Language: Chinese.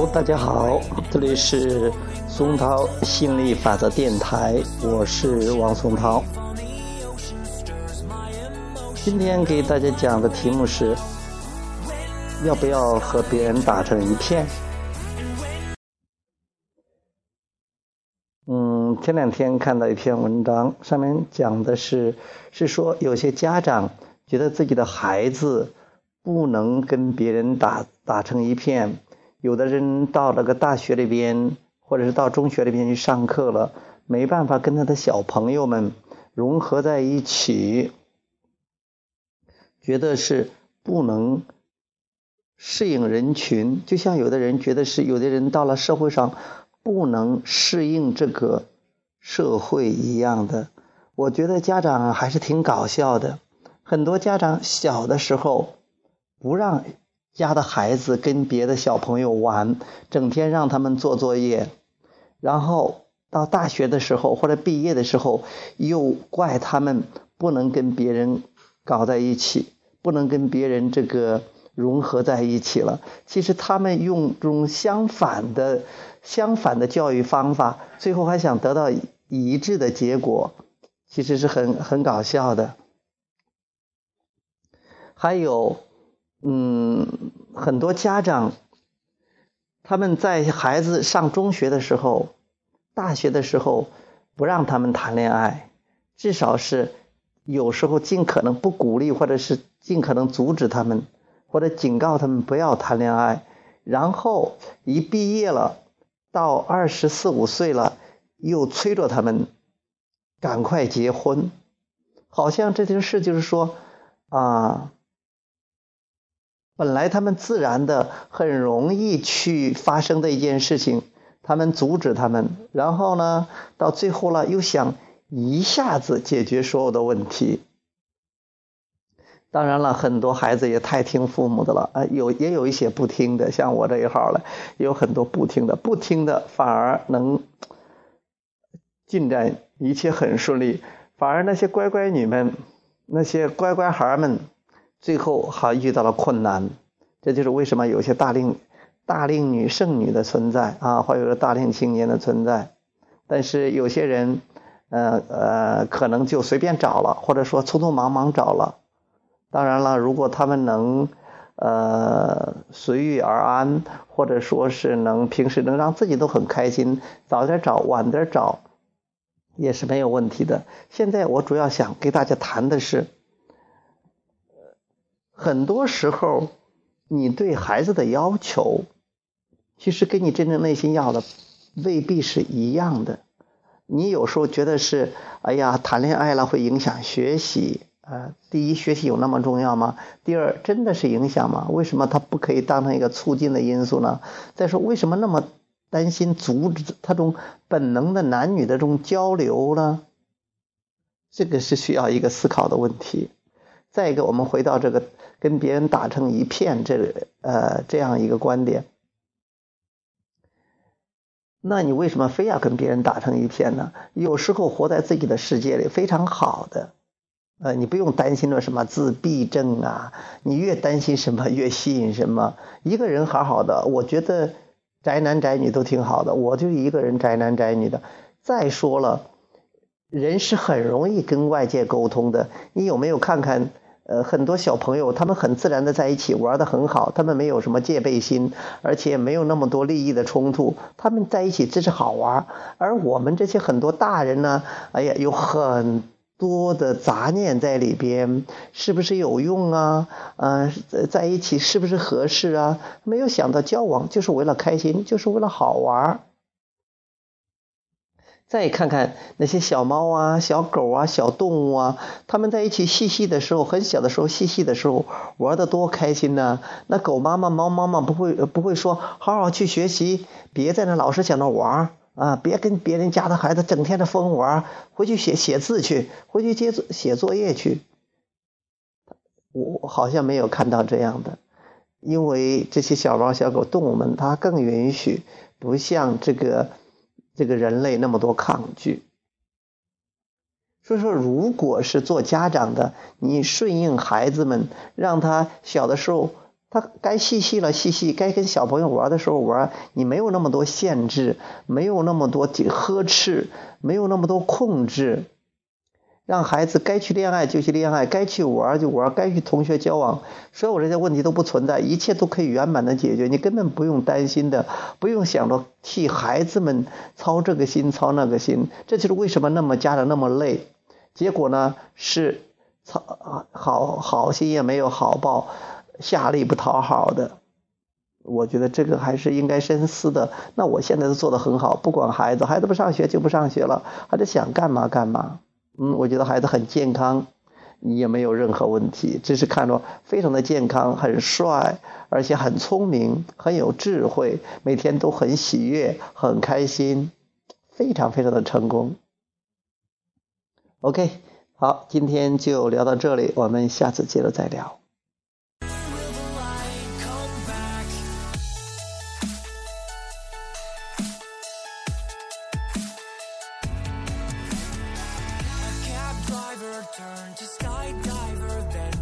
大家好，这里是松涛心理法则电台，我是王松涛。今天给大家讲的题目是要不要和别人打成一片。前两天看到一篇文章，上面讲的是说有些家长觉得自己的孩子不能跟别人打成一片。有的人到了个大学里边，或者是到中学里边去上课了，没办法跟他的小朋友们融合在一起，觉得是不能适应人群，就像有的人觉得是有的人到了社会上不能适应这个社会一样的。我觉得家长还是挺搞笑的，很多家长小的时候不让家的孩子跟别的小朋友玩，整天让他们做作业，然后到大学的时候或者毕业的时候又怪他们不能跟别人搞在一起，不能跟别人这个融合在一起了。其实他们用这种相反的教育方法，最后还想得到一致的结果，其实是很搞笑的。还有很多家长他们在孩子上中学的时候大学的时候不让他们谈恋爱，至少是有时候尽可能不鼓励，或者是尽可能阻止他们，或者警告他们不要谈恋爱，然后一毕业了到24、25岁了又催着他们赶快结婚，好像这件事就是说本来他们自然的很容易去发生的一件事情，他们阻止他们，然后呢到最后了又想一下子解决所有的问题。当然了，很多孩子也太听父母的了，也有一些不听的，像我这一号了，有很多不听的反而能进展一切很顺利，反而那些乖乖女们，那些乖乖孩们最后还遇到了困难。这就是为什么有些大龄女剩女的存在或者大龄青年的存在。但是有些人可能就随便找了，或者说匆匆忙忙找了。当然了，如果他们能随遇而安，或者说是平时能让自己都很开心，早点找晚点找也是没有问题的。现在我主要想给大家谈的是，很多时候你对孩子的要求其实跟你真正内心要的未必是一样的。你有时候觉得是谈恋爱了会影响学习第一，学习有那么重要吗？第二，真的是影响吗？为什么它不可以当成一个促进的因素呢？再说，为什么那么担心阻止他这种本能的男女的这种交流呢？这个是需要一个思考的问题。再一个，我们回到这个跟别人打成一片这样一个观点，那你为什么非要跟别人打成一片呢？有时候活在自己的世界里非常好的，你不用担心了什么自闭症你越担心什么越吸引什么。一个人好好的，我觉得宅男宅女都挺好的，我就一个人宅男宅女的。再说了，人是很容易跟外界沟通的，你有没有看看很多小朋友他们很自然的在一起玩得很好，他们没有什么戒备心，而且没有那么多利益的冲突，他们在一起只是好玩。而我们这些很多大人呢，有很多的杂念在里边，是不是有用在一起是不是合适没有想到交往就是为了开心，就是为了好玩。再看看那些小猫小狗小动物他们在一起嬉戏的时候，很小的时候嬉戏的时候玩得多开心呢。那狗妈妈猫妈妈不会说好好去学习，别在那老是想着玩别跟别人家的孩子整天的疯玩，回去写字去，回去写作业去。我好像没有看到这样的，因为这些小猫小狗动物们它更允许，不像这个人类那么多抗拒。所以说，如果是做家长的，你顺应孩子们，让他小的时候他该嬉了嬉，该跟小朋友玩的时候玩，你没有那么多限制，没有那么多呵斥，没有那么多控制，让孩子该去恋爱就去恋爱，该去玩就玩，该去同学交往，所有这些问题都不存在，一切都可以圆满的解决，你根本不用担心的，不用想着替孩子们操这个心操那个心。这就是为什么那么家长那么累，结果呢是好心也没有好报，下力不讨好的。我觉得这个还是应该深思的。那我现在都做得很好，不管孩子不上学就不上学了，孩子想干嘛干嘛。我觉得孩子很健康，也没有任何问题，只是看着非常的健康，很帅，而且很聪明，很有智慧，每天都很喜悦，很开心，非常非常的成功。OK， 好，今天就聊到这里，我们下次接着再聊。 Driver turned to skydiver, then